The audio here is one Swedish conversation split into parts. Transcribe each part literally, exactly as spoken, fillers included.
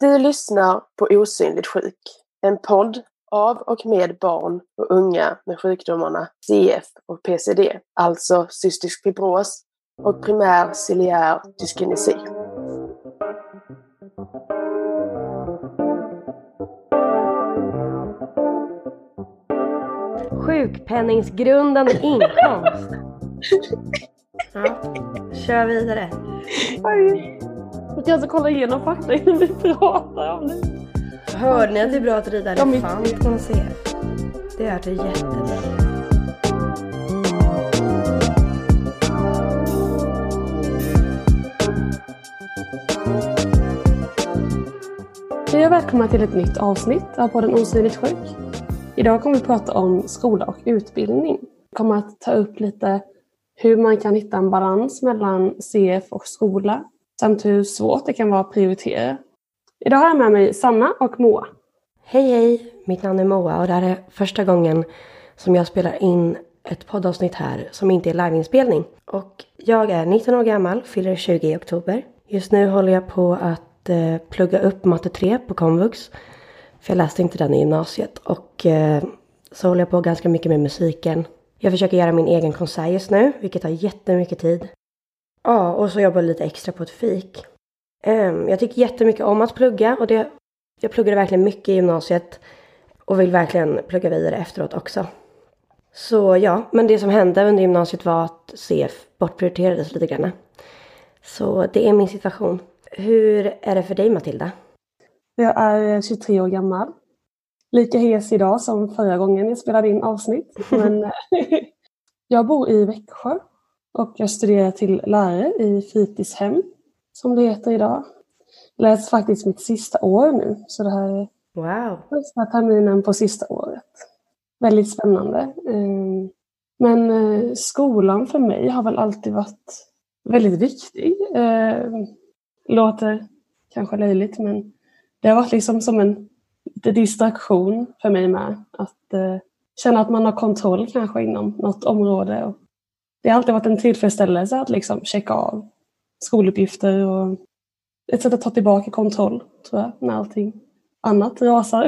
Du lyssnar på Osynligt sjuk, en podd av och med barn och unga med sjukdomarna C F och P C D, alltså cystisk fibros och primär ciliär dyskinesi. Sjukpenningsgrundande inkomst. Ja, kör vidare. Oj. Jag kan alltså kolla igenom fakta innan vi pratar om det. Hörde ni att det är bra att rida elefant Ja, från C F? Det är det jättebra. Hej och välkomna till ett nytt avsnitt av podden Osynligt sjuk. Idag kommer vi prata om skola och utbildning. Vi kommer att ta upp lite hur man kan hitta en balans mellan C F och skola. Samt hur svårt det kan vara att prioritera. Idag har jag med mig Sanna och Moa. Hej hej, mitt namn är Moa och det här är första gången som jag spelar in ett poddavsnitt här som inte är liveinspelning. Och jag är nitton år gammal, fyller tjugo i oktober. Just nu håller jag på att eh, plugga upp matte tre på komvux. För jag läste inte den i gymnasiet och eh, så håller jag på ganska mycket med musiken. Jag försöker göra min egen konsert just nu, vilket tar jättemycket tid. Ja, och så jobbar jag lite extra på ett fik. Um, jag tycker jättemycket om att plugga och det, jag pluggade verkligen mycket i gymnasiet och vill verkligen plugga vidare efteråt också. Så ja, men det som hände under gymnasiet var att C F bortprioriterades lite grann. Så det är min situation. Hur är det för dig, Matilda? Jag är tjugotre år gammal. Lika hes idag som förra gången jag spelade in avsnitt. Men jag bor i Växjö. Och jag studerar till lärare i fritidshem, som det heter idag. Jag läser faktiskt mitt sista år nu, så det här är wow. första terminen på sista året. Väldigt spännande. Men skolan för mig har väl alltid varit väldigt viktig. Låter kanske löjligt, men det har varit liksom som en distraktion för mig med. Att känna att man har kontroll kanske inom något område och det har alltid varit en tillfredsställelse att liksom checka av skoluppgifter och ett sätt att ta tillbaka kontroll, tror jag, när allting annat rasar.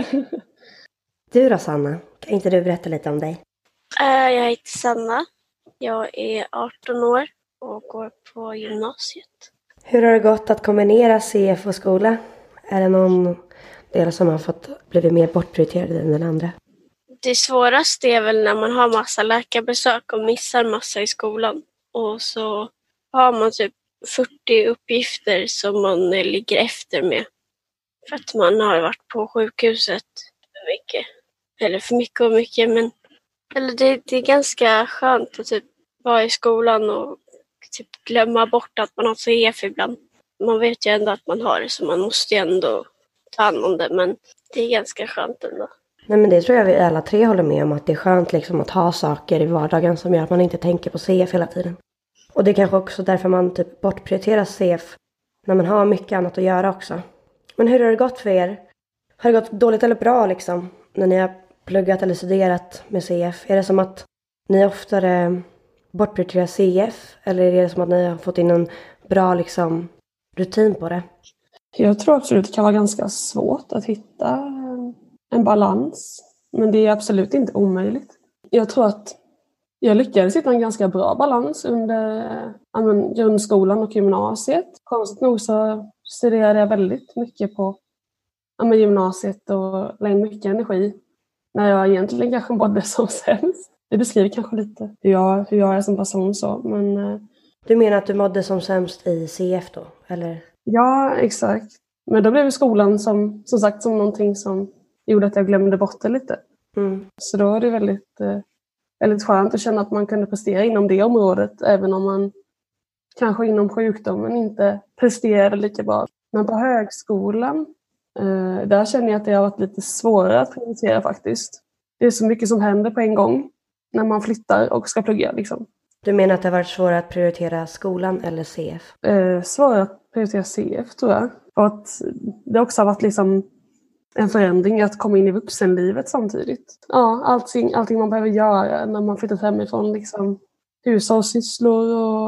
Du då, Sanna? Kan inte du berätta lite om dig? Jag heter Sanna. Jag är arton år och går på gymnasiet. Hur har det gått att kombinera C F och skola? Är det någon del som har fått blivit mer bortprioriterad än den andra? Det svåraste är väl när man har massa läkarbesök och missar massa i skolan. Och så har man typ fyrtio uppgifter som man ligger efter med. För att man har varit på sjukhuset för mycket. Eller för mycket och mycket. Men eller det, det är ganska skönt att typ vara i skolan och typ glömma bort att man har C F ibland. Man vet ju ändå att man har det, så man måste ju ändå ta hand om det. Men det är ganska skönt ändå. Nej, men det tror jag vi alla tre håller med om, att det är skönt liksom att ha saker i vardagen som gör att man inte tänker på C F hela tiden. Och det är kanske också därför man typ bortprioriterar C F när man har mycket annat att göra också. Men hur har det gått för er? Har det gått dåligt eller bra liksom när ni har pluggat eller studerat med C F? Är det som att ni oftare bortprioriterar C F eller är det som att ni har fått in en bra liksom rutin på det? Jag tror absolut det kan vara ganska svårt att hitta en balans. Men det är absolut inte omöjligt. Jag tror att jag lyckades hitta en ganska bra balans under ja, men, grundskolan och gymnasiet. Konstigt nog så studerade jag väldigt mycket på ja, men, gymnasiet och la in mycket energi. När jag egentligen kanske mådde som sämst. Det beskriver kanske lite hur jag, hur jag är som person. Så. Men, du menar att du mådde som sämst i C F då? Eller? Ja, exakt. Men då blev skolan som, som sagt som någonting som gjorde att jag glömde bort det lite. Mm. Så då var det väldigt, eh, väldigt skönt att känna att man kunde prestera inom det området. Även om man kanske inom sjukdomen inte presterade lika bra. Men på högskolan, eh, där känner jag att det har varit lite svårare att prioritera faktiskt. Det är så mycket som händer på en gång när man flyttar och ska plugga. Liksom. Du menar att det har varit svårare att prioritera skolan eller C F? Eh, svårare att prioritera C F tror jag. Och att det också har varit liksom en förändring att komma in i vuxenlivet samtidigt. Ja, allting, allting man behöver göra när man flyttat hemifrån. Liksom, hushållssysslor och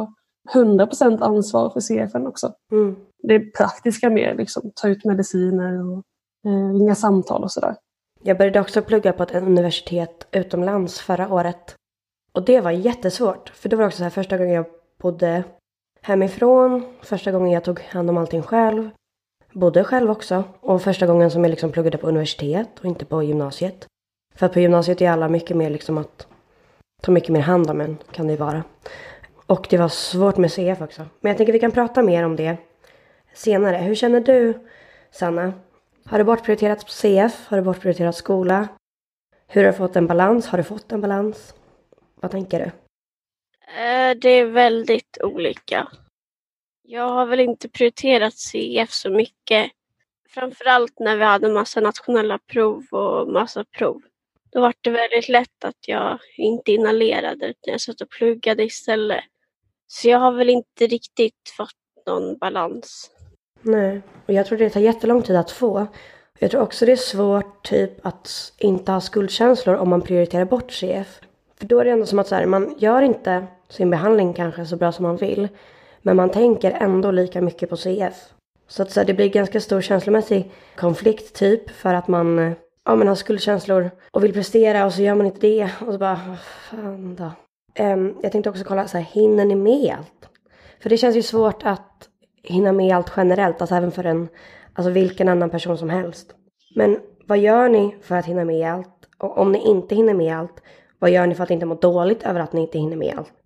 hundra procent ansvar för C F:en också. Mm. Det är praktiska mer, liksom, ta ut mediciner och eh, ringa samtal och sådär. Jag började också plugga på ett universitet utomlands förra året. Och det var jättesvårt. För det var också så här första gången jag bodde hemifrån. Första gången jag tog hand om allting själv. Bodde själv också. Och första gången som jag liksom pluggade på universitet och inte på gymnasiet. För att på gymnasiet är alla mycket mer liksom att ta mycket mer hand om en, kan det vara. Och det var svårt med C F också. Men jag tänker vi kan prata mer om det senare. Hur känner du, Sanna? Har du bortprioriterat C F? Har du bortprioriterat skola? Hur har du fått en balans? Har du fått en balans? Vad tänker du? Det är väldigt olika. Jag har väl inte prioriterat C F så mycket. Framförallt när vi hade massa nationella prov och massa prov. Då var det väldigt lätt att jag inte inhalerade utan jag satt och pluggade istället. Så jag har väl inte riktigt fått någon balans. Nej, och jag tror det tar jättelång tid att få. Jag tror också det är svårt typ att inte ha skuldkänslor om man prioriterar bort C F. För då är det ändå som att så här, man gör inte sin behandling kanske så bra som man vill. Men man tänker ändå lika mycket på C F. Så att så här, det blir ganska stor känslomässig konflikt typ för att man, ja, man har skuldkänslor och vill prestera och så gör man inte det. Och så bara, vad fan då. Um, jag tänkte också kolla, så här, hinner ni med allt? För det känns ju svårt att hinna med allt generellt, alltså även för en, alltså vilken annan person som helst. Men vad gör ni för att hinna med allt? Och om ni inte hinner med allt, vad gör ni för att inte må dåligt över att ni inte hinner med allt?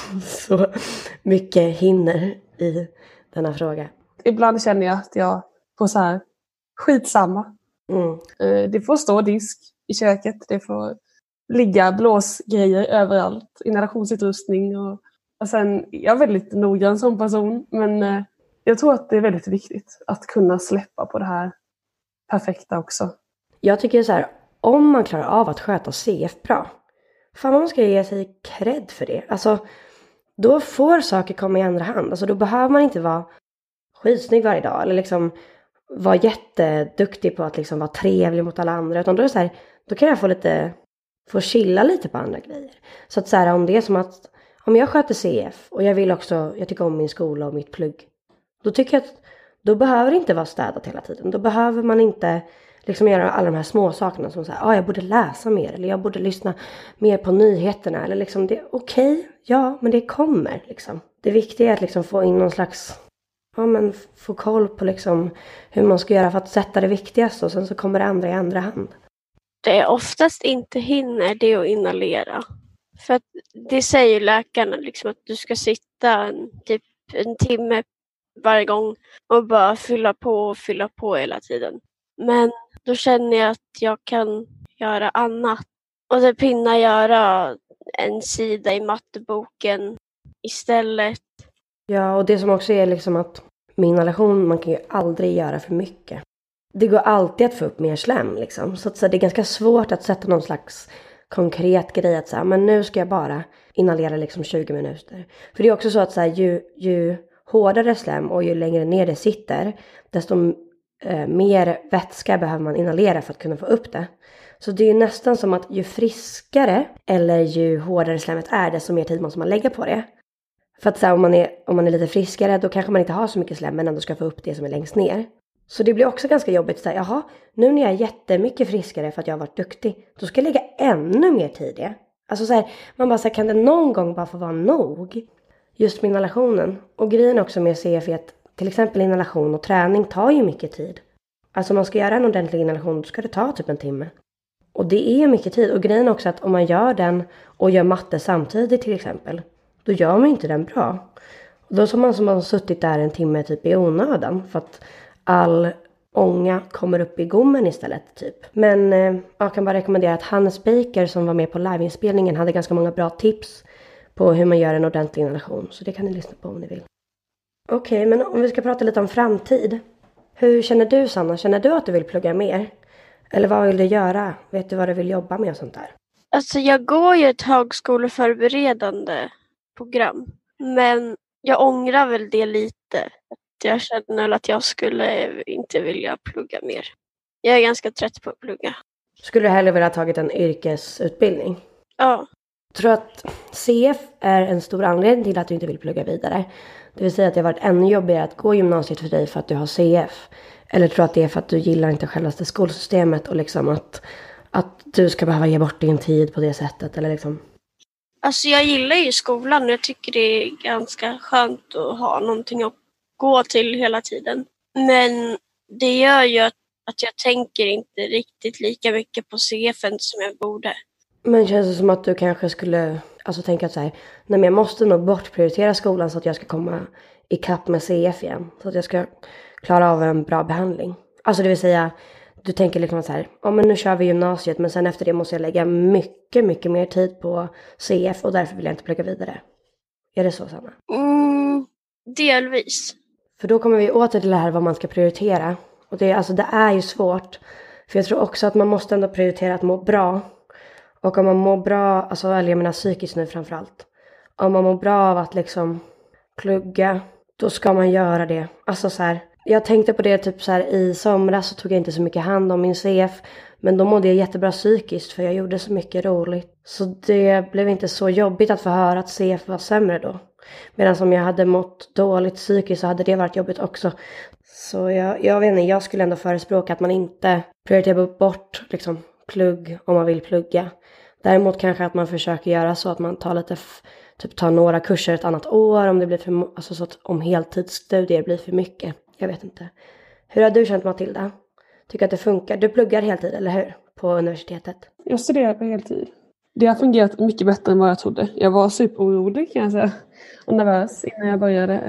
Så mycket hinner i denna fråga. Ibland känner jag att jag får så här skitsamma. Mm. Det får stå disk i köket, det får ligga blåsgrejer överallt, inhalationsutrustning och, och sen, jag är väldigt noggrann som person, men eh, jag tror att det är väldigt viktigt att kunna släppa på det här perfekta också. Jag tycker så här, om man klarar av att sköta C F bra, fan man ska ge sig cred för det. Alltså, då får saker komma i andra hand. Alltså, då behöver man inte vara skitsnygg varje dag eller liksom vara jätteduktig på att liksom vara trevlig mot alla andra, utan då är det så här, då kan jag få lite få chilla lite på andra grejer. Så att så här, om det är som att om jag sköter C F och jag vill också, jag tycker om min skola och mitt plugg, då tycker jag att då behöver det inte vara städat hela tiden. Då behöver man inte liksom göra alla de här små sakerna som så här, ah, jag borde läsa mer eller jag borde lyssna mer på nyheterna eller liksom det, okej, okay, ja, men det kommer liksom. Det viktiga är att liksom få in någon slags, ja, men få koll på liksom hur man ska göra för att sätta det viktigaste och sen så kommer det andra i andra hand. Det är oftast inte hinner det att inhalera. För att det säger läkarna liksom att du ska sitta en, typ en timme varje gång och bara fylla på och fylla på hela tiden. Men då känner jag att jag kan göra annat. Och typ hinna göra en sida i matteboken istället. Ja, och det som också är liksom att med inhalation, man kan ju aldrig göra för mycket. Det går alltid att få upp mer slem liksom. Så, att, så det är ganska svårt att sätta någon slags konkret grej att säga, men nu ska jag bara inhalera liksom tjugo minuter. För det är också så att så här, ju, ju hårdare slem och ju längre ner det sitter, desto eh, mer vätska behöver man inhalera för att kunna få upp det. Så det är ju nästan som att ju friskare eller ju hårdare slemmet är, desto mer tid måste man lägga på det. För att så här, om, man är, om man är lite friskare, då kanske man inte har så mycket slem men ändå ska få upp det som är längst ner. Så det blir också ganska jobbigt så här, jaha, nu när jag är jättemycket friskare för att jag har varit duktig, då ska jag lägga ännu mer tid i det. Alltså så här, man bara så här, kan det någon gång bara få vara nog? Just med inhalationen. Och grejen också med C F är att till exempel inhalation och träning tar ju mycket tid. Alltså om man ska göra en ordentlig inhalation, då ska det ta typ en timme. Och det är mycket tid. Och grejen också att om man gör den och gör matte samtidigt till exempel, då gör man inte den bra. Och då som man som har suttit där en timme typ i onödan för att all ånga kommer upp i gommen istället typ. Men eh, jag kan bara rekommendera att Hannes Baker som var med på liveinspelningen hade ganska många bra tips på hur man gör en ordentlig inhalation. Så det kan ni lyssna på om ni vill. Okej, okay, men om vi ska prata lite om framtid. Hur känner du, Sanna? Känner du att du vill plugga mer? Eller vad vill du göra? Vet du vad du vill jobba med och sånt där? Alltså jag går ju ett högskoleförberedande program. Men jag ångrar väl det lite. Jag känner att jag skulle inte vilja plugga mer. Jag är ganska trött på att plugga. Skulle du hellre vilja ha tagit en yrkesutbildning? Ja. tror att C F är en stor anledning till att du inte vill plugga vidare. Det vill säga att det har varit ännu jobbigare att gå gymnasiet för dig för att du har C F. Eller tror att det är för att du gillar inte själva skolsystemet och liksom att, att du ska behöva ge bort din tid på det sättet. Eller liksom. Alltså jag gillar ju skolan och jag tycker det är ganska skönt att ha någonting att gå till hela tiden. Men det gör ju att, att jag tänker inte riktigt lika mycket på C F som jag borde. Men känns det som att du kanske skulle alltså tänka att så här, nej men jag måste nog bortprioritera skolan så att jag ska komma i kapp med C F igen. Så att jag ska klara av en bra behandling. Alltså det vill säga, du tänker liksom så här, ja men nu kör vi gymnasiet men sen efter det måste jag lägga mycket, mycket mer tid på C F och därför vill jag inte plugga vidare. Är det så, Sanna? Mm, delvis. För då kommer vi åter till det här vad man ska prioritera. Och det, alltså, det är ju svårt. För jag tror också att man måste ändå prioritera att må bra. Och om man mår bra, alltså eller jag menar psykiskt nu framförallt. Om man mår bra av att liksom plugga, då ska man göra det. Alltså så här, jag tänkte på det typ så här i somras så tog jag inte så mycket hand om min C F. Men då mådde jag jättebra psykiskt för jag gjorde så mycket roligt. Så det blev inte så jobbigt att få höra att C F var sämre då. Medan om jag hade mått dåligt psykiskt så hade det varit jobbigt också. Så jag, jag vet inte, jag skulle ändå förespråka att man inte prioriterar bort liksom, plugg om man vill plugga. Däremot kanske att man försöker göra så att man tar lite, f- typ tar några kurser ett annat år om det blir för, alltså så att om heltidsstudier blir för mycket. Jag vet inte. Hur har du känt, Matilda? Tycker att det funkar? Du pluggar heltid, eller hur? På universitetet. Jag studerar på heltid. Det har fungerat mycket bättre än vad jag trodde. Jag var superorolig kan jag säga. Och nervös innan jag började.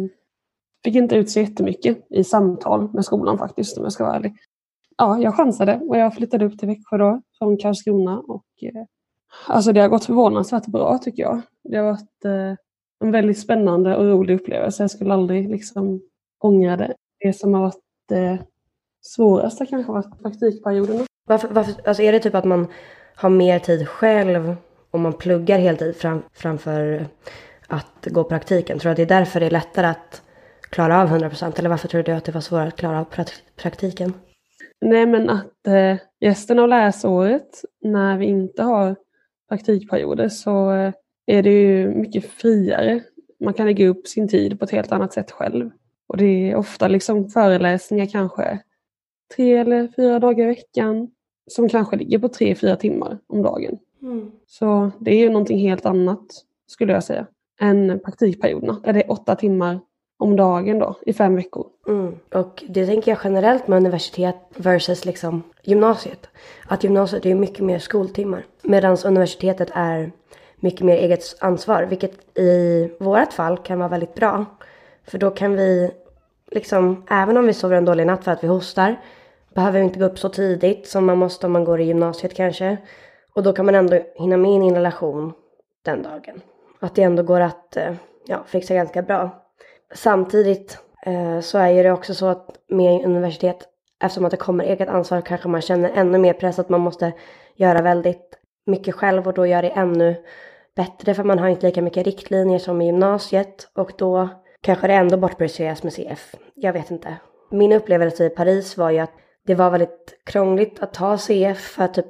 Fick inte ut så jättemycket i samtal med skolan faktiskt, om jag ska vara ärlig. Ja, jag chansade och jag flyttade upp till Växjö då, från Karlskrona. Och, eh, alltså det har gått förvånansvärt bra tycker jag. Det har varit eh, en väldigt spännande och rolig upplevelse. Jag skulle aldrig liksom ångra det. Det som har varit eh, svårast har kanske varit praktikperioderna. Varför, varför, alltså är det typ att man har mer tid själv om man pluggar heltid fram, framför att gå praktiken? Tror du att det är därför det är lättare att klara av hundra procent? Eller varför tror du att det var svårare att klara av praktiken? Nej, men att eh, resten av läsåret när vi inte har praktikperioder så eh, är det ju mycket friare. Man kan lägga upp sin tid på ett helt annat sätt själv. Och det är ofta liksom föreläsningar kanske tre eller fyra dagar i veckan som kanske ligger på tre, fyra timmar om dagen. Mm. Så det är ju någonting helt annat skulle jag säga än praktikperioderna. Där det är åtta timmar om dagen då, i fem veckor. Mm. Och det tänker jag generellt med universitet versus liksom gymnasiet. Att gymnasiet är mycket mer skoltimmar. Medan universitetet är mycket mer eget ansvar. Vilket i vårat fall kan vara väldigt bra. För då kan vi, liksom, även om vi sover en dålig natt för att vi hostar, behöver vi inte gå upp så tidigt som man måste om man går i gymnasiet kanske. Och då kan man ändå hinna med in i en relation den dagen. Att det ändå går att ja, fixa ganska bra. Samtidigt eh, så är det också så att med universitet, eftersom att det kommer eget ansvar, kanske man känner ännu mer press att man måste göra väldigt mycket själv och då gör det ännu bättre för man har inte lika mycket riktlinjer som i gymnasiet och då kanske det ändå bortprioriteras med C F. Jag vet inte. Min upplevelse i Paris var ju att det var väldigt krångligt att ta C F för typ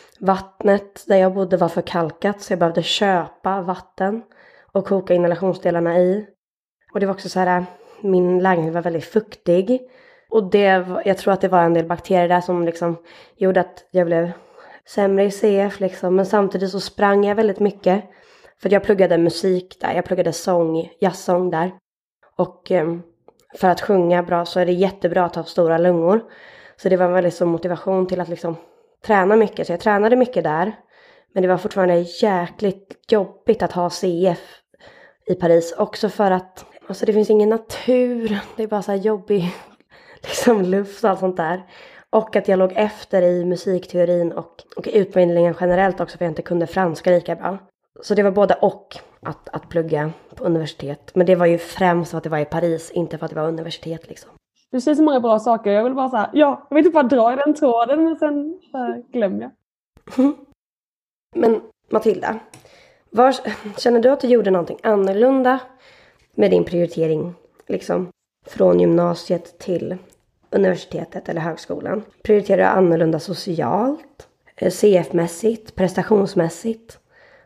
vattnet där jag bodde var för kalkat så jag behövde köpa vatten och koka inhalationsdelarna i. Och det var också så här, min lägenhet var väldigt fuktig. Och det, jag tror att det var en del bakterier där som liksom gjorde att jag blev sämre i C F liksom. Men samtidigt så sprang jag väldigt mycket. För jag pluggade musik där, jag pluggade sång, jazzsång där. Och eh, för att sjunga bra så är det jättebra att ha stora lungor. Så det var en väldigt stor motivation till att liksom träna mycket. Så jag tränade mycket där. Men det var fortfarande jäkligt jobbigt att ha C F i Paris. Också för att alltså det finns ingen natur. Det är bara så här jobbig liksom luft och allt sånt där. Och att jag låg efter i musikteorin och, och utbildningen generellt också för jag inte kunde franska lika bra. Så det var både och att, att plugga på universitet. Men det var ju främst för att det var i Paris, inte för att det var universitet liksom. Du säger så många bra saker. Jag vill bara säga, ja, jag vill inte bara dra i den tråden men sen äh, glömmer jag. Men Matilda, var, känner du att du gjorde någonting annorlunda med din prioritering liksom från gymnasiet till universitetet eller högskolan? Prioriterar du annorlunda socialt, C F-mässigt, prestationsmässigt?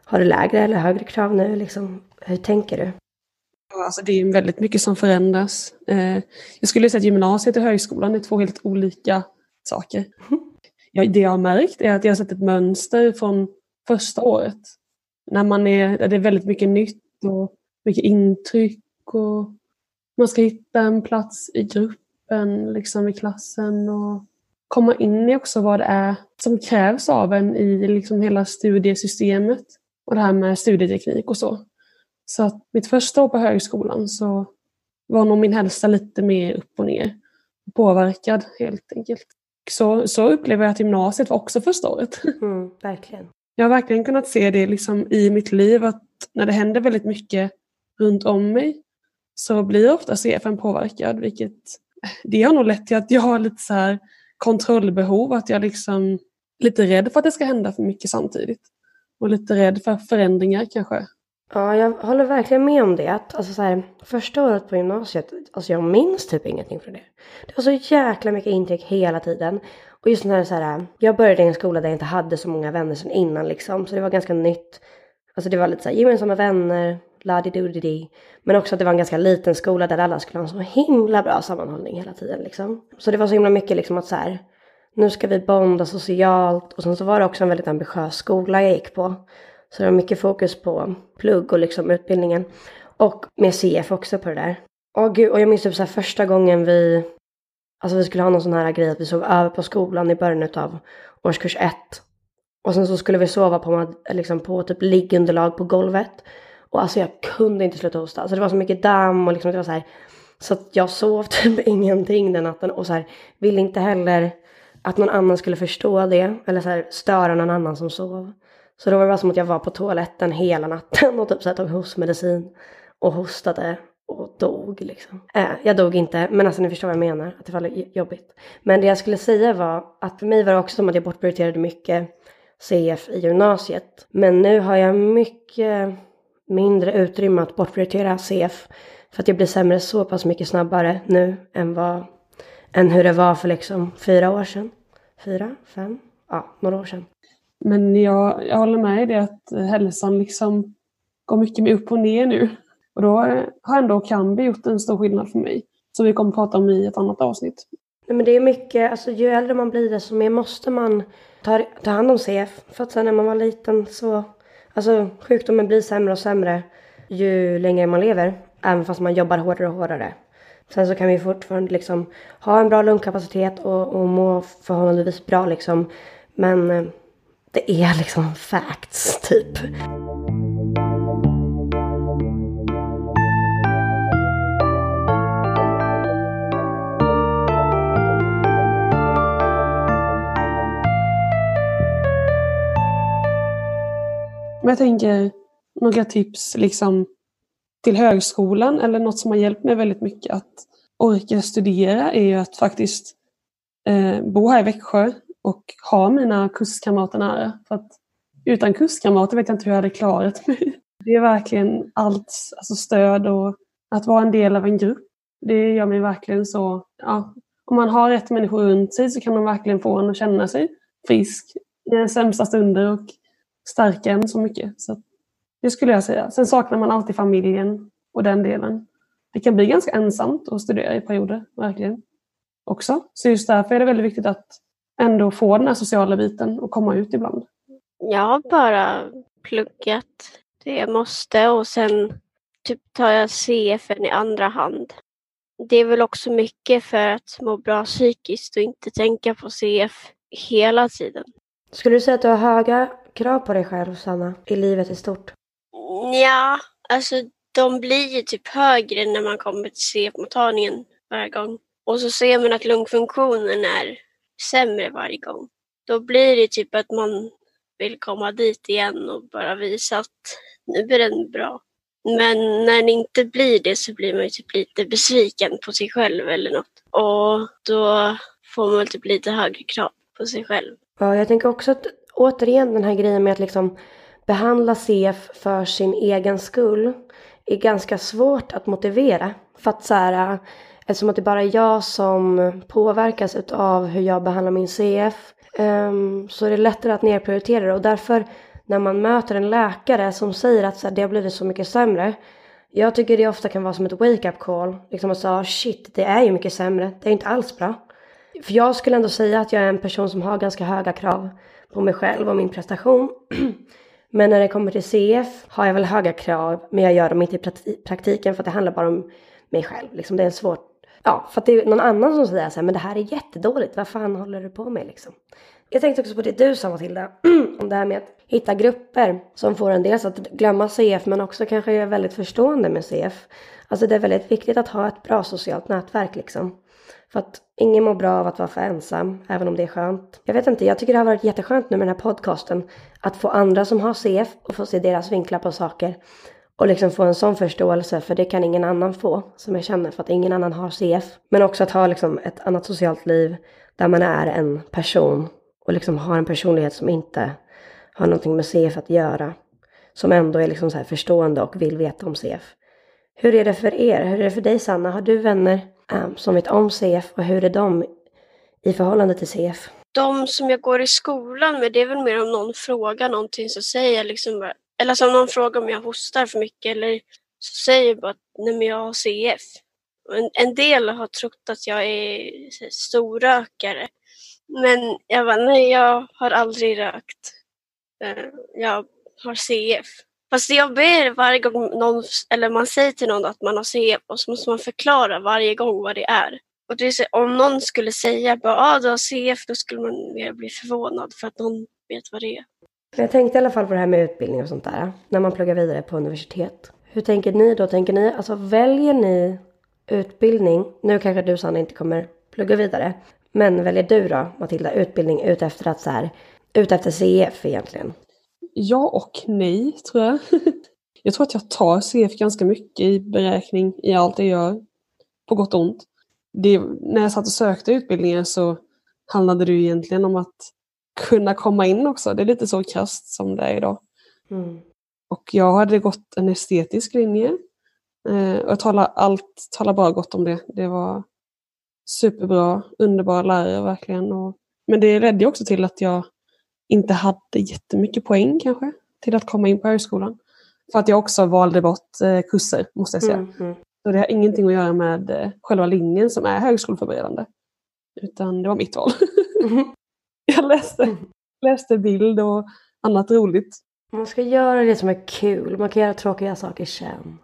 Har du lägre eller högre krav nu? Liksom, hur tänker du? Ja, alltså det är väldigt mycket som förändras. Eh, jag skulle säga att gymnasiet och högskolan är två helt olika saker. Ja, det jag har märkt är att jag har sett ett mönster från första året. När man är, det är väldigt mycket nytt och mycket intryck. Och man ska hitta en plats i gruppen, liksom i klassen. Och komma in i också vad det är som krävs av en i liksom hela studiesystemet. Och det här med studieteknik och så. Så att mitt första år på högskolan så var nog min hälsa lite mer upp och ner. Påverkad helt enkelt. Så, så upplever jag att gymnasiet var också första året. Mm, verkligen. Jag har verkligen kunnat se det liksom i mitt liv att när det händer väldigt mycket runt om mig så blir ofta C F en påverkad. Vilket det har nog lett till att jag har lite så här kontrollbehov. Att jag liksom är lite rädd för att det ska hända för mycket samtidigt. Och lite rädd för förändringar kanske. Ja, jag håller verkligen med om det. Att, alltså så här, första året på gymnasiet, alltså jag minns typ ingenting från det. Det var så jäkla mycket intryck hela tiden. Och just när det så här, jag började i en skola där jag inte hade så många vänner sedan innan liksom. Så det var ganska nytt. Alltså det var lite så här, gemensamma vänner, la-di-do-di-di. Men också att det var en ganska liten skola där alla skulle ha en så himla bra sammanhållning hela tiden liksom. Så det var så himla mycket liksom att så här, nu ska vi bonda socialt. Och sen så var det också en väldigt ambitiös skola jag gick på. Så det var mycket fokus på plugg och liksom utbildningen. Och med C F också på det där. Åh gud, och jag minns typ så här första gången vi... Alltså vi skulle ha någon sån här grej att vi sov över på skolan i början av årskurs ett. Och sen så skulle vi sova på, liksom på typ liggunderlag på golvet. Och alltså jag kunde inte sluta hosta. Alltså det var så mycket damm och liksom det var så här... Så att jag sov typ ingenting den natten. Och så här ville inte heller att någon annan skulle förstå det. Eller så här störa någon annan som sov. Så då var det bara som att jag var på toaletten hela natten och typ så här tog hostmedicin och hostade och dog liksom. Äh, jag dog inte, men alltså ni förstår vad jag menar, att det var jobbigt. Men det jag skulle säga var att för mig var det också som att jag bortprioriterade mycket C F i gymnasiet. Men nu har jag mycket mindre utrymme att bortprioritera C F för att jag blir sämre så pass mycket snabbare nu än, vad, än hur det var för liksom fyra år sedan. Fyra, fem, ja, några år sedan. Men jag, jag håller med i det att hälsan liksom går mycket mer upp och ner nu. Och då har ändå Kambi gjort en stor skillnad för mig. Som vi kommer att prata om i ett annat avsnitt. Nej, men det är mycket, alltså ju äldre man blir desto mer måste man ta, ta hand om C F. För att sen när man var liten så, alltså sjukdomen blir sämre och sämre ju längre man lever. Även fast man jobbar hårdare och hårdare. Sen så kan vi fortfarande liksom ha en bra lungkapacitet och, och må förhållandevis bra liksom. Men det är liksom facts typ. Men jag tänker några tips liksom till högskolan eller något som har hjälpt mig väldigt mycket att orka studera är ju att faktiskt eh, bo här i Växjö och ha mina kurskamrater nära. För att utan kurskamrater vet jag inte hur jag hade klarat mig. Det är verkligen allt, alltså stöd och att vara en del av en grupp. Det gör mig verkligen så, ja, om man har rätt människor runt sig så kan man verkligen få en att känna sig frisk i den sämsta stunder och stärka en så mycket. Så det skulle jag säga. Sen saknar man alltid familjen och den delen. Det kan bli ganska ensamt att studera i perioder, verkligen. Också. Så just därför är det väldigt viktigt att ändå få den här sociala biten och komma ut ibland. Jag har bara pluggat det jag måste och sen typ tar jag C F i andra hand. Det är väl också mycket för att må bra psykiskt och inte tänka på C F hela tiden. Skulle du säga att du har höga krav på dig själv, Sanna, i livet i stort? Ja, alltså de blir ju typ högre när man kommer till C F-mottagningen varje gång. Och så ser man att lungfunktionen är sämre varje gång. Då blir det typ att man vill komma dit igen och bara visa att nu är den bra. Men när det inte blir det så blir man ju typ lite besviken på sig själv eller något. Och då får man typ lite högre krav på sig själv. Ja, jag tänker också att återigen den här grejen med att liksom behandla C F för sin egen skull är ganska svårt att motivera. För att så här, eftersom att det bara är jag som påverkas av hur jag behandlar min C F um, så är det lättare att nedprioritera det. Och därför när man möter en läkare som säger att så här, det har blivit så mycket sämre. Jag tycker det ofta kan vara som ett wake-up call. Liksom att säga, shit, det är ju mycket sämre. Det är inte alls bra. För jag skulle ändå säga att jag är en person som har ganska höga krav på mig själv och min prestation. Men när det kommer till C F har jag väl höga krav. Men jag gör dem inte i praktiken för att det handlar bara om mig själv. Liksom det är svårt. Ja, för att det är någon annan som säger så här, men det här är jättedåligt. Vad fan håller du på med liksom? Jag tänkte också på det du sa, Matilda. Om det här med att hitta grupper som får en dels att glömma C F. Men också kanske är väldigt förstående med C F. Alltså det är väldigt viktigt att ha ett bra socialt nätverk liksom. För att ingen mår bra av att vara för ensam, även om det är skönt. Jag vet inte, jag tycker det har varit jätteskönt nu med den här podcasten. Att få andra som har C F och få se deras vinklar på saker. Och liksom få en sån förståelse, för det kan ingen annan få, som jag känner, för att ingen annan har C F. Men också att ha liksom ett annat socialt liv där man är en person. Och liksom har en personlighet som inte har någonting med C F att göra. Som ändå är liksom så här förstående och vill veta om C F. Hur är det för er? Hur är det för dig, Sanna? Har du vänner um, som vet om C F? Och hur är de i förhållande till C F? De som jag går i skolan med, det är väl mer om någon frågar någonting så säger jag liksom bara, eller som någon frågar om jag hostar för mycket eller så säger jag bara att nej, men jag har C F. En, en del har trott att jag är här, storrökare. Men jag bara, nej, jag har aldrig rökt. Uh, jag har C F. Fast det jobbiga är varje gång någon, eller man säger till någon att man har C F och så måste man förklara varje gång vad det är. Och det är så, om någon skulle säga bara, ah, du har C F, då skulle man mer bli förvånad för att någon vet vad det är. Jag tänkte i alla fall på det här med utbildning och sånt där. När man pluggar vidare på universitet. Hur tänker ni då? Tänker ni, alltså väljer ni utbildning? Nu kanske du, Sanna, inte kommer plugga vidare. Men väljer du då, Matilda, utbildning ut efter att så här, ut efter C F egentligen? Ja och nej, tror jag. Jag tror att jag tar C F ganska mycket i beräkning i allt jag gör. På gott och ont. Det, när jag satt och sökte utbildningar så handlade det ju egentligen om att kunna komma in också. Det är lite så krasst som det är idag. Mm. Och jag hade gått en estetisk linje. Eh, och jag talar, allt, talar bara gott om det. Det var superbra, underbara lärare verkligen. Och, men det ledde också till att jag inte hade jättemycket poäng kanske till att komma in på högskolan. För att jag också valde bort eh, kurser, måste jag säga. Mm, mm. Så det har ingenting att göra med eh, själva linjen som är högskoleförberedande. Utan det var mitt val. Mm. Jag läste, läste bild och annat roligt. Man ska göra det som är kul. Man kan göra tråkiga saker sen.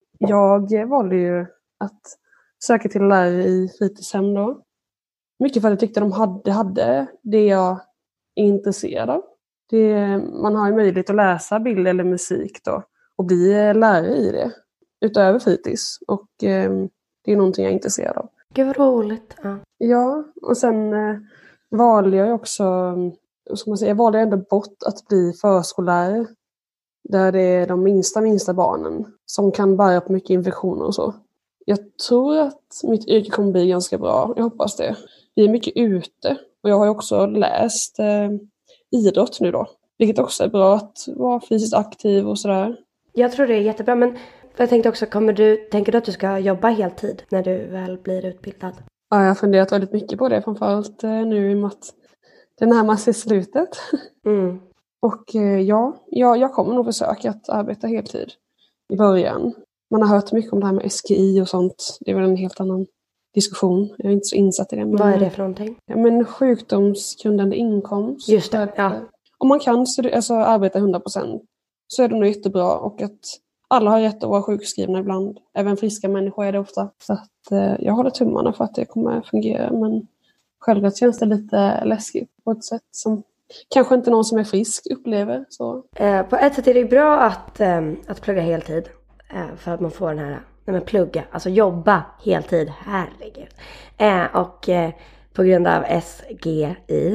Jag valde ju att söka till lärare i fritidshem då. Mycket för att jag tyckte de hade, hade det jag är intresserad av. Det, man har ju möjlighet att läsa bild eller musik då. Och bli lärare i det. Utöver fritids. Och eh, det är någonting jag är intresserad av. Gud vad roligt. Ja, ja och sen eh, valde jag också, ska man säga, jag valde ändå bort att bli förskollärare. Där det är de minsta, minsta barnen som kan bära på mycket infektioner och så. Jag tror att mitt yrke kommer bli ganska bra. Jag hoppas det. Vi är mycket ute. Och jag har ju också läst eh, idrott nu då. Vilket också är bra att vara fysiskt aktiv och sådär. jag tror det är jättebra. Men jag tänkte också, kommer du, tänker du att du ska jobba heltid när du väl blir utbildad? Ja, jag har funderat väldigt mycket på det. Framförallt eh, nu i och med att det närmar sig slutet. Mm. Och eh, ja, jag, jag kommer nog försöka att arbeta heltid i början. Man har hört mycket om det här med S G I och sånt. Det är väl en helt annan diskussion. Jag är inte så insatt i det. Men, Vad är det för någonting? Ja, men sjukdomsgrundande inkomst. Just det, ja. Om man kan alltså, arbeta hundra procent så är det nog jättebra. Och att alla har rätt att vara sjukskrivna ibland. Även friska människor är det ofta. Så att, eh, jag håller tummarna för att det kommer fungera. Men självklart känns det lite läskigt på ett sätt som kanske inte någon som är frisk upplever. Så. Eh, på ett sätt är det bra att, eh, att plugga heltid. Eh, för att man får den här, nej men plugga, alltså jobba heltid, herregud. Eh, och eh, på grund av S G I,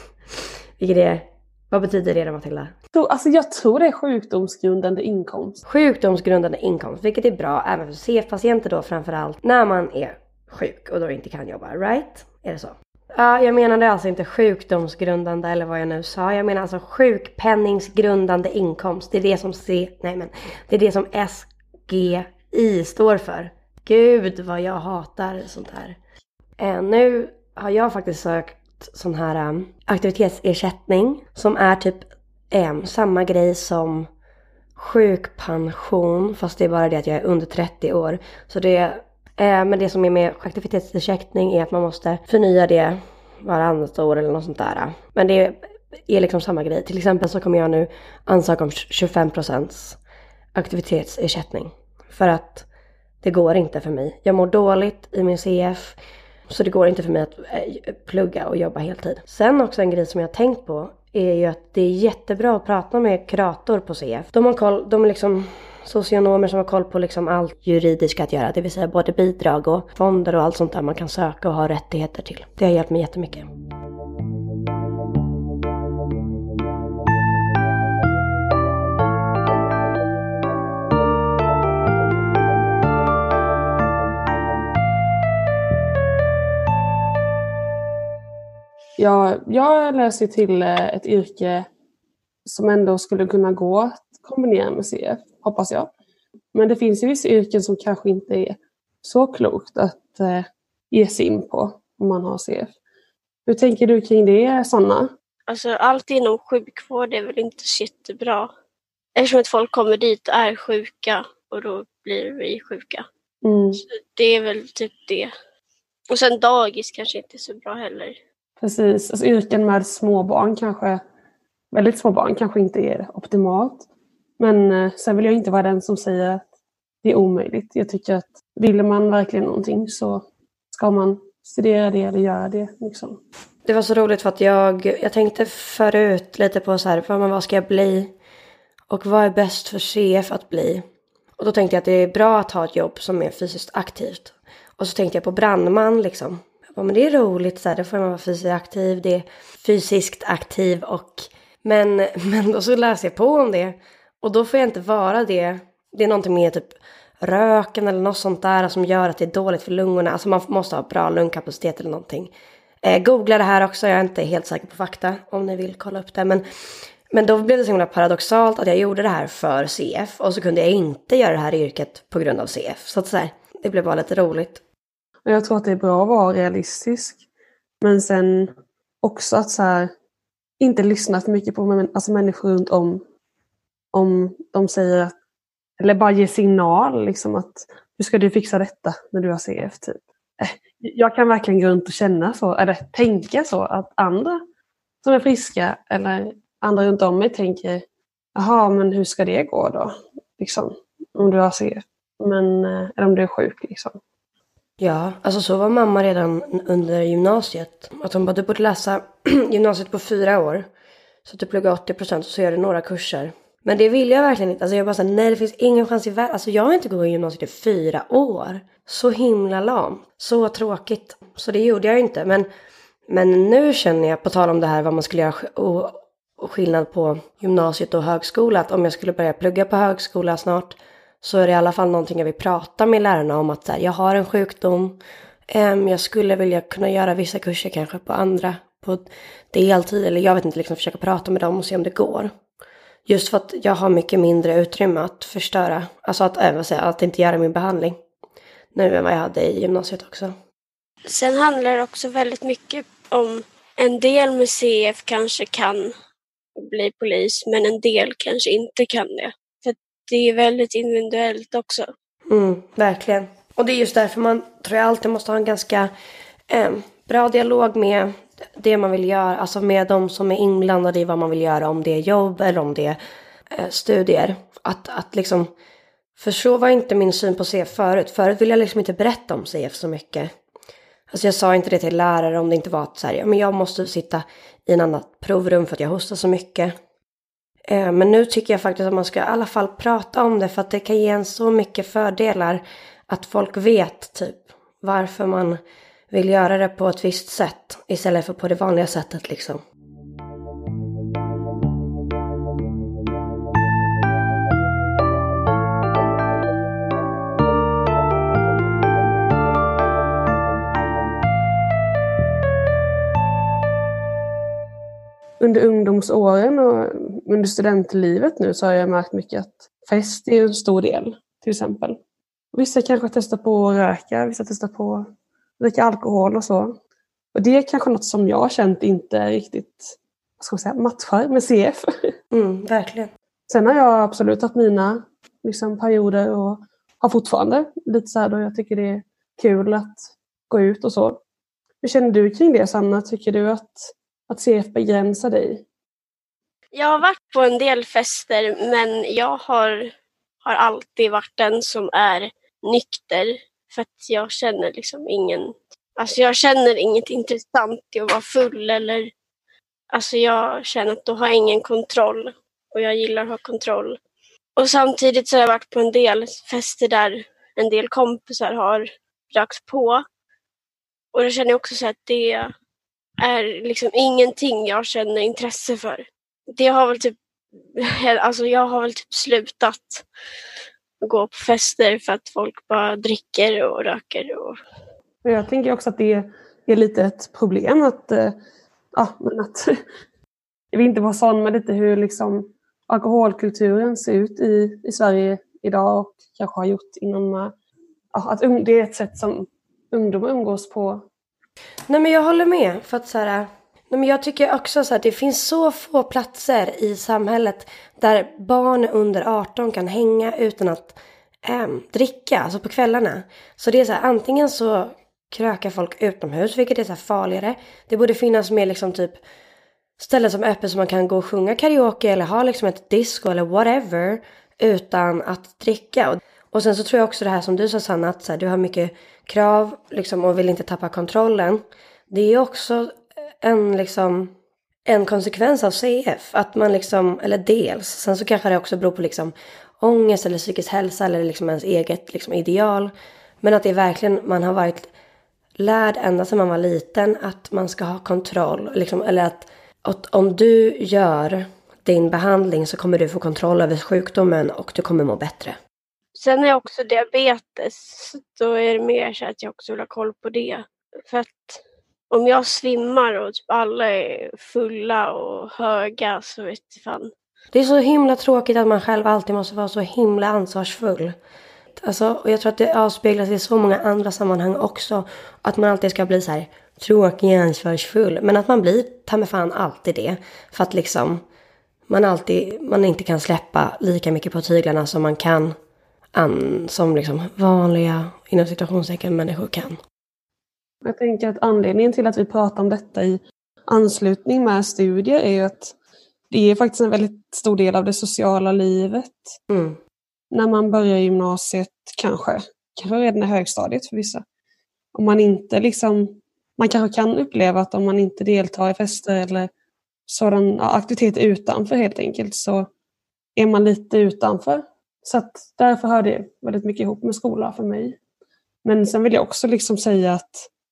vilket är, vad betyder det då, Matilda? Så, alltså jag tror det är sjukdomsgrundande inkomst. Sjukdomsgrundande inkomst, vilket är bra även för C F-patienter då framförallt. När man är sjuk och då inte kan jobba, right? Är det så? Ja, jag menade alltså inte sjukdomsgrundande eller vad jag nu sa. Jag menar alltså sjukpenningsgrundande inkomst. Det är det som C, nej men, det är det som S G I står för. Gud vad jag hatar sånt här. Eh, nu har jag faktiskt sökt sån här um, aktivitetsersättning som är typ eh, samma grej som sjukpension, fast det är bara det att jag är under trettio år. Så det eh, men det som är med aktivitetsersättning är att man måste förnya det varannat år eller något sånt där. Men det är liksom samma grej. Till exempel så kommer jag nu ansöka om tjugofem procent aktivitetsersättning. För att det går inte för mig. Jag mår dåligt i min C F. Så det går inte för mig att plugga och jobba heltid. Sen också en grej som jag har tänkt på är ju att det är jättebra att prata med kurator på C F. De har koll, de är liksom socionomer som har koll på liksom allt juridiskt att göra. Det vill säga både bidrag och fonder och allt sånt där man kan söka och ha rättigheter till. Det har hjälpt mig jättemycket. Ja, jag läser till ett yrke som ändå skulle kunna gå att kombinera med C F, hoppas jag. Men det finns ju vissa yrken som kanske inte är så klokt att eh, ge sig in på om man har C F. Hur tänker du kring det, Sanna? Alltså allt inom sjukvård är väl inte så jättebra. Eftersom att folk kommer dit och är sjuka och då blir vi sjuka. Mm. Så det är väl typ det. Och sen dagis kanske inte är så bra heller. Precis, alltså yrken med småbarn kanske, väldigt små barn kanske inte är optimalt. Men eh, sen vill jag inte vara den som säger att det är omöjligt. Jag tycker att vill man verkligen någonting så ska man studera det eller göra det. Liksom. Det var så roligt för att jag, jag tänkte förut lite på så här, för vad ska jag bli? Och vad är bäst för C F att bli? Och då tänkte jag att det är bra att ha ett jobb som är fysiskt aktivt. Och så tänkte jag på brandman liksom. Ja, men det är roligt, så här, då får man vara fysiskt aktiv, det är fysiskt aktiv och men, men då så läser jag på om det och då får jag inte vara det. Det är någonting med typ röken eller något sånt där som gör att det är dåligt för lungorna. Alltså man måste ha bra lungkapacitet eller någonting. Eh, googla det här också, jag är inte helt säker på fakta om ni vill kolla upp det. Men, men då blev det så himla paradoxalt att jag gjorde det här för C F och så kunde jag inte göra det här yrket på grund av C F. Så att så här, det blev bara lite roligt. Jag tror att det är bra att vara realistisk. Men sen också att så här, inte lyssna för mycket på alltså människor runt om. Om de säger att, eller bara ge signal liksom att hur ska du fixa detta när du har C F typ. Jag kan verkligen gå runt och känna så, eller tänka så att andra som är friska eller andra runt om mig tänker, jaha men hur ska det gå då? Liksom, om du har C F. Men, eller om du är sjuk liksom. Ja, alltså så var mamma redan under gymnasiet. Att hon bara, du borde läsa gymnasiet på fyra år. Så att du pluggar åttio procent och så gör du några kurser. Men det vill jag verkligen inte. Alltså jag bara säger, nej det finns ingen chans i världen. Alltså jag har inte gått i gymnasiet i fyra år. Så himla lam. Så tråkigt. Så det gjorde jag inte. Men, men nu känner jag, på tal om det här vad man skulle göra och, och skillnad på gymnasiet och högskola. Att om jag skulle börja plugga på högskola snart. Så är det i alla fall någonting jag vill prata med lärarna om. Att så här, jag har en sjukdom. Um, jag skulle vilja kunna göra vissa kurser kanske på andra. På deltid. Eller jag vet inte, liksom försöka prata med dem och se om det går. Just för att jag har mycket mindre utrymme att förstöra. Alltså att, äh, säga, att inte göra min behandling. Nu än vad jag hade i gymnasiet också. Sen handlar det också väldigt mycket om en del med C F kanske kan bli polis. Men en del kanske inte kan det. För det är väldigt individuellt också. Mm, verkligen. Och det är just därför man tror jag alltid måste ha en ganska eh, bra dialog med det man vill göra. Alltså med de som är inblandade i vad man vill göra. Om det är jobb eller om det är eh, studier. Att, att liksom, för så var inte min syn på C F förut. Förut ville jag liksom inte berätta om C F så mycket. Alltså jag sa inte det till lärare om det inte var att så här, ja, men jag måste sitta i en annat provrum för att jag hostar så mycket. Eh, men nu tycker jag faktiskt att man ska i alla fall prata om det. För att det kan ge en så mycket fördelar. Att folk vet typ varför man vill göra det på ett visst sätt. Istället för på det vanliga sättet liksom. Under ungdomsåren och under studentlivet nu så har jag märkt mycket att fest är en stor del till exempel. Vissa kanske testar på att röka, vissa testar på att dricka alkohol och så. Och det är kanske något som jag har känt inte riktigt, vad ska man säga, matchar med C F. Mm, verkligen. Sen har jag absolut haft mina liksom, perioder och har fortfarande lite så här då jag tycker det är kul att gå ut och så. Hur känner du kring det, Sanna? Tycker du att, att C F begränsar dig? Jag har varit på en del fester, men jag har, har alltid varit den som är nykter. För att jag känner liksom ingen... Alltså jag känner inget intressant i att vara full eller... Alltså jag känner att då har jag ingen kontroll. Och jag gillar att ha kontroll. Och samtidigt så har jag varit på en del fester där en del kompisar har rökt på. Och då känner jag också så att det är liksom ingenting jag känner intresse för. Det har väl typ, alltså jag har väl typ slutat gå på fester för att folk bara dricker och röker. Och... Jag tänker också att det är lite ett problem att, ja, men att jag vill inte vara sån med lite hur liksom alkoholkulturen ser ut i, i Sverige idag och kanske har gjort inom, ja, att det är ett sätt som ungdomar umgås på. Nej, men jag håller med. För att så här, nej, men jag tycker också så att det finns så få platser i samhället där barn under arton kan hänga utan att äm, dricka, alltså på kvällarna. Så det är så här, antingen så krökar folk utomhus, vilket är så här farligare. Det borde finnas mer liksom typ ställen som är öppet så man kan gå och sjunga karaoke eller ha liksom ett disco eller whatever utan att dricka. Och, och sen så tror jag också det här som du sa, Sanna, att så här, du har mycket krav liksom, och vill inte tappa kontrollen. Det är också en, liksom, en konsekvens av C F. Att man liksom, eller dels, sen så kanske det också beror på liksom, ångest eller psykisk hälsa eller liksom ens eget liksom, ideal. Men att det är verkligen, man har varit lärd ända sedan man var liten att man ska ha kontroll. Liksom, eller att, att om du gör din behandling så kommer du få kontroll över sjukdomen och du kommer må bättre. Sen är jag också diabetes. Då är det mer så att jag också vill ha koll på det. För att om jag svimmar och typ alla är fulla och höga så vet jag fan. Det är så himla tråkigt att man själv alltid måste vara så himla ansvarsfull. Alltså, och jag tror att det avspeglas i så många andra sammanhang också. Att man alltid ska bli så här tråkig och ansvarsfull. Men att man blir, ta med fan, alltid det. För att liksom man alltid, man inte kan släppa lika mycket på tyglarna som man kan. An, som liksom vanliga inom situationstecken människor kan. Jag tänker att anledningen till att vi pratar om detta i anslutning med studier är ju att det är faktiskt en väldigt stor del av det sociala livet. Mm. När man börjar gymnasiet kanske, kanske redan i högstadiet för vissa. Om man inte liksom, man kanske kan uppleva att om man inte deltar i fester eller sådan aktivitet utanför helt enkelt så är man lite utanför. Så att därför hör det väldigt mycket ihop med skolan för mig. Men sen vill jag också liksom säga att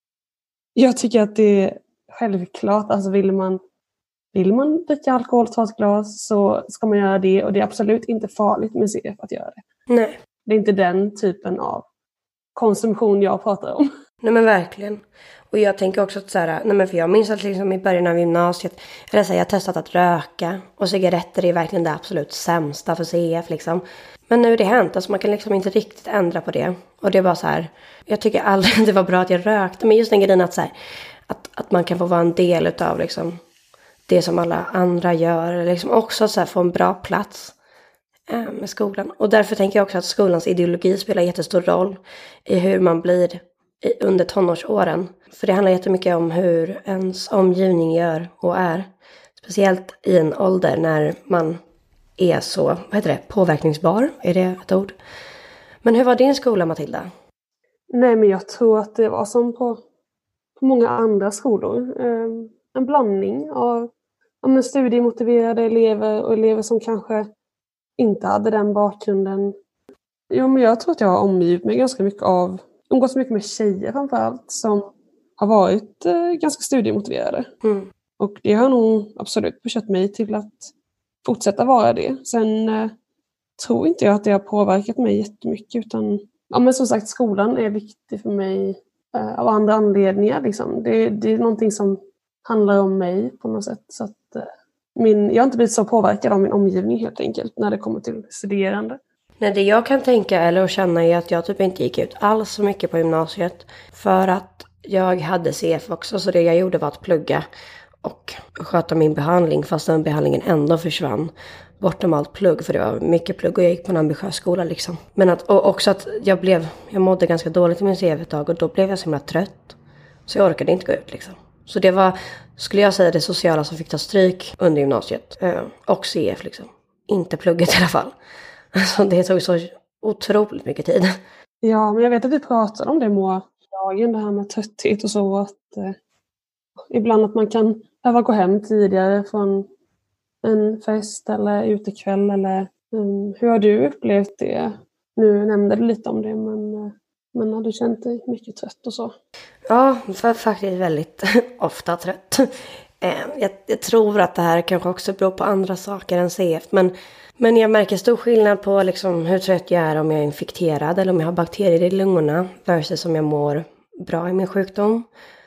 jag tycker att det är självklart, alltså vill man, vill man dricka alkohol, ta ett glas så ska man göra det och det är absolut inte farligt med C F att göra det. Nej. Det är inte den typen av konsumtion jag pratar om. Nej, men verkligen. Och jag tänker också att så här, nej men för jag minns att liksom i början av gymnasiet, eller så här, jag har testat att röka och cigaretter är verkligen det absolut sämsta för C F liksom. Men nu är det hänt, alltså man kan liksom inte riktigt ändra på det. Och det var så här, jag tycker aldrig det var bra att jag rökte, men just den grejen att så här, att, att man kan få vara en del utav liksom det som alla andra gör, eller liksom också så här, få en bra plats eh, med skolan. Och därför tänker jag också att skolans ideologi spelar jättestor roll i hur man blir i, under tonårsåren. För det handlar jättemycket om hur ens omgivning gör och är. Speciellt i en ålder när man är så, vad heter det, påverkningsbar, är det ett ord? Men hur var din skola, Matilda? Nej, men jag tror att det var som på, på många andra skolor. Eh, en blandning av ja, studiemotiverade elever och elever som kanske inte hade den bakgrunden. Jo, men jag tror att jag har omgivit mig ganska mycket av, umgåtts mycket med tjejer framförallt som har varit eh, ganska studiemotiverade. Mm. Och det har nog absolut pushat mig till att fortsätta vara det. Sen eh, tror inte jag att det har påverkat mig jättemycket. Utan, ja, men som sagt, skolan är viktig för mig eh, av andra anledningar. Liksom. Det, det är någonting som handlar om mig på något sätt. Så att, eh, min, jag har inte blivit så påverkad av min omgivning helt enkelt när det kommer till studerande. Nej, det jag kan tänka eller känna är att jag typ inte gick ut alls så mycket på gymnasiet. För att jag hade C F också, så det jag gjorde var att plugga och sköta min behandling fast den behandlingen ändå försvann bortom allt plugg, för det var mycket plugg och jag gick på en ambitiös skola liksom. Men att, och också att jag blev, jag mådde ganska dåligt i min C F ett tag och då blev jag så himla trött. Så jag orkade inte gå ut liksom. Så det var, skulle jag säga, det sociala som fick ta stryk under gymnasiet. Eh, och C F liksom. Inte plugget i alla fall. Så det tog så otroligt mycket tid. Ja, men jag vet att vi pratade om det Moa, dagen, det här med trötthet och så. Att, eh, ibland att man kan behöva gå hem tidigare från en fest eller utekväll. Eller, um, hur har du upplevt det? Nu nämnde du lite om det, men, uh, men har du känt dig mycket trött och så? Ja, för faktiskt väldigt ofta trött. Eh, jag, jag tror att det här kanske också beror på andra saker än C F. Men, men jag märker stor skillnad på liksom hur trött jag är om jag är infekterad eller om jag har bakterier i lungorna versus om jag mår bra i min sjukdom.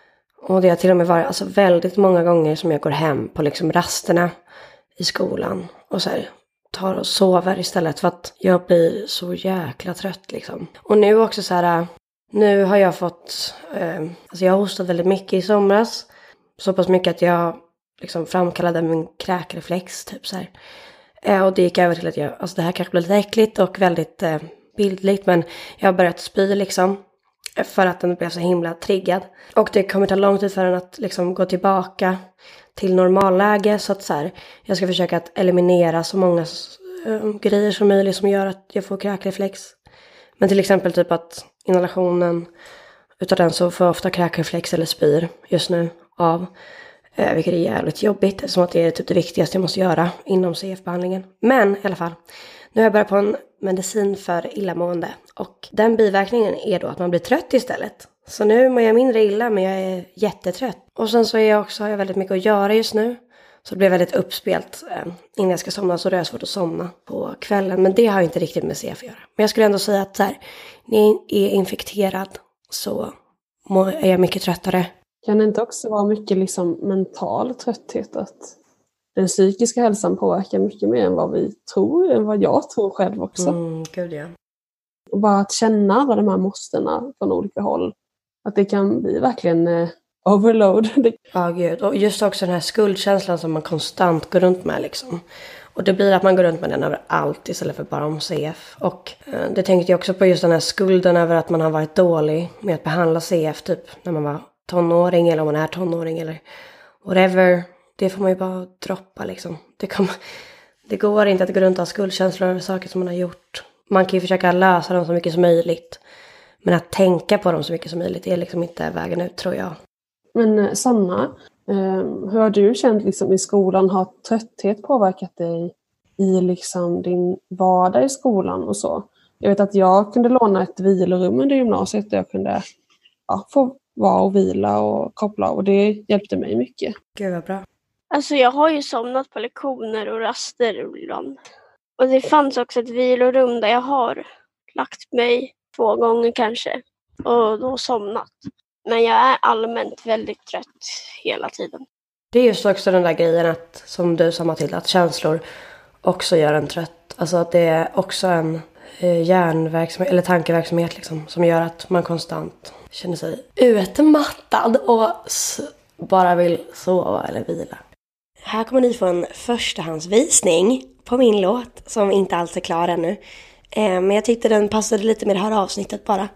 Och det har till och med varit alltså, väldigt många gånger som jag går hem på liksom rasterna i skolan och så här, tar och sover istället för att jag blir så jäkla trött liksom. Och nu också så här, nu har jag fått, eh, alltså jag har hostat väldigt mycket i somras. Så pass mycket att jag liksom framkallade min kräkreflex typ så här. Eh, och det gick över till att jag, alltså det här kanske blir lite äckligt och väldigt eh, bildligt, men jag har börjat spy liksom. För att den blev så himla triggad. Och det kommer ta lång tid för den att liksom gå tillbaka till normalläge. Så att så här, jag ska försöka att eliminera så många äh, grejer som möjligt som gör att jag får kräkreflex. Men till exempel typ att inhalationen, utav den så får jag ofta kräkreflex eller spyr just nu av. Äh, vilket är jävligt jobbigt, som att det är typ det viktigaste jag måste göra inom C F-behandlingen. Men i alla fall, nu har jag börjat på en medicin för illamående. Och den biverkningen är då att man blir trött istället. Så nu mår jag mindre illa, men jag är jättetrött. Och sen så är jag också, har jag väldigt mycket att göra just nu. Så det blir väldigt uppspelt eh, innan jag ska somna. Så det är svårt att somna på kvällen. Men det har inte riktigt med C F att göra. Men jag skulle ändå säga att så här, när jag är infekterad så må, är jag mycket tröttare. Kan det inte också vara mycket liksom mental trötthet? Att den psykiska hälsan påverkar mycket mer än vad vi tror, än vad jag tror själv också. Mm, gud ja. Och bara att känna alla de här måstena från olika håll. Att det kan bli verkligen eh, overload. Ja, gud. Och just också den här skuldkänslan som man konstant går runt med liksom. Och det blir att man går runt med den över allt istället för bara om C F. Och eh, det tänkte jag också på, just den här skulden över att man har varit dålig med att behandla C F typ när man var tonåring eller om man är tonåring eller whatever. Det får man ju bara droppa liksom. Det, kommer, det går inte att gå runt och ha skuldkänslor över saker som man har gjort. Man kan ju försöka lösa dem så mycket som möjligt. Men att tänka på dem så mycket som möjligt är liksom inte vägen ut, tror jag. Men Sanna, eh, hur har du känt liksom i skolan? Har trötthet påverkat dig i liksom din vardag i skolan och så? Jag vet att jag kunde låna ett vilorum under gymnasiet där jag kunde ja, få vara och vila och koppla av. Och det hjälpte mig mycket. Gud vad bra. Alltså jag har ju somnat på lektioner och raster ibland. Och det fanns också ett vilorum där jag har lagt mig två gånger kanske. Och då somnat. Men jag är allmänt väldigt trött hela tiden. Det är just också den där grejen att, som du sa Matilda, att känslor också gör en trött. Alltså att det är också en eh, hjärnverksamhet eller tankeverksamhet liksom, som gör att man konstant känner sig utmattad och s- bara vill sova eller vila. Här kommer ni få en förstahandsvisning på min låt som inte alls är klar ännu. Eh, men jag tyckte den passade lite med det här avsnittet bara.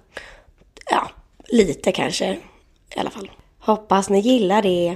Ja, lite kanske i alla fall. Hoppas ni gillar det.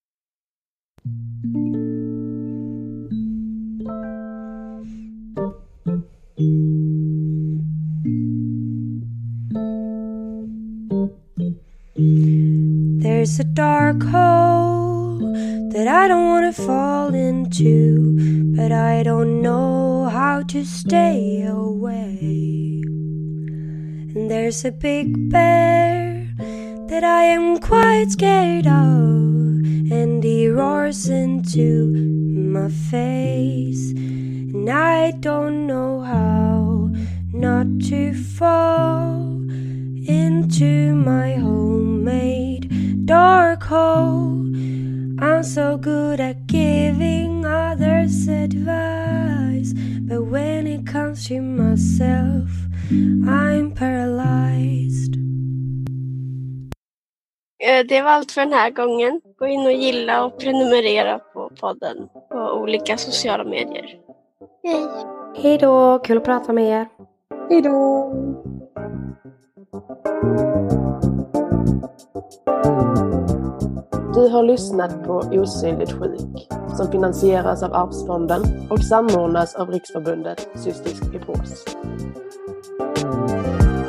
There's a dark hole that I don't want to fall into, but I don't know how to stay away. And there's a big bear that I am quite scared of, and he roars into my face, and I don't know how not to fall into my homemade dark hole. I'm so good at giving others advice, but when it comes to myself, I'm paralyzed. Det var allt för den här gången. Gå in och gilla och prenumerera på podden på olika sociala medier. Hej! Hej då, kul att prata med er. Hej då! Du har lyssnat på Osynligt sjuk som finansieras av Arvsfonden och samordnas av Riksförbundet Cystisk fibros.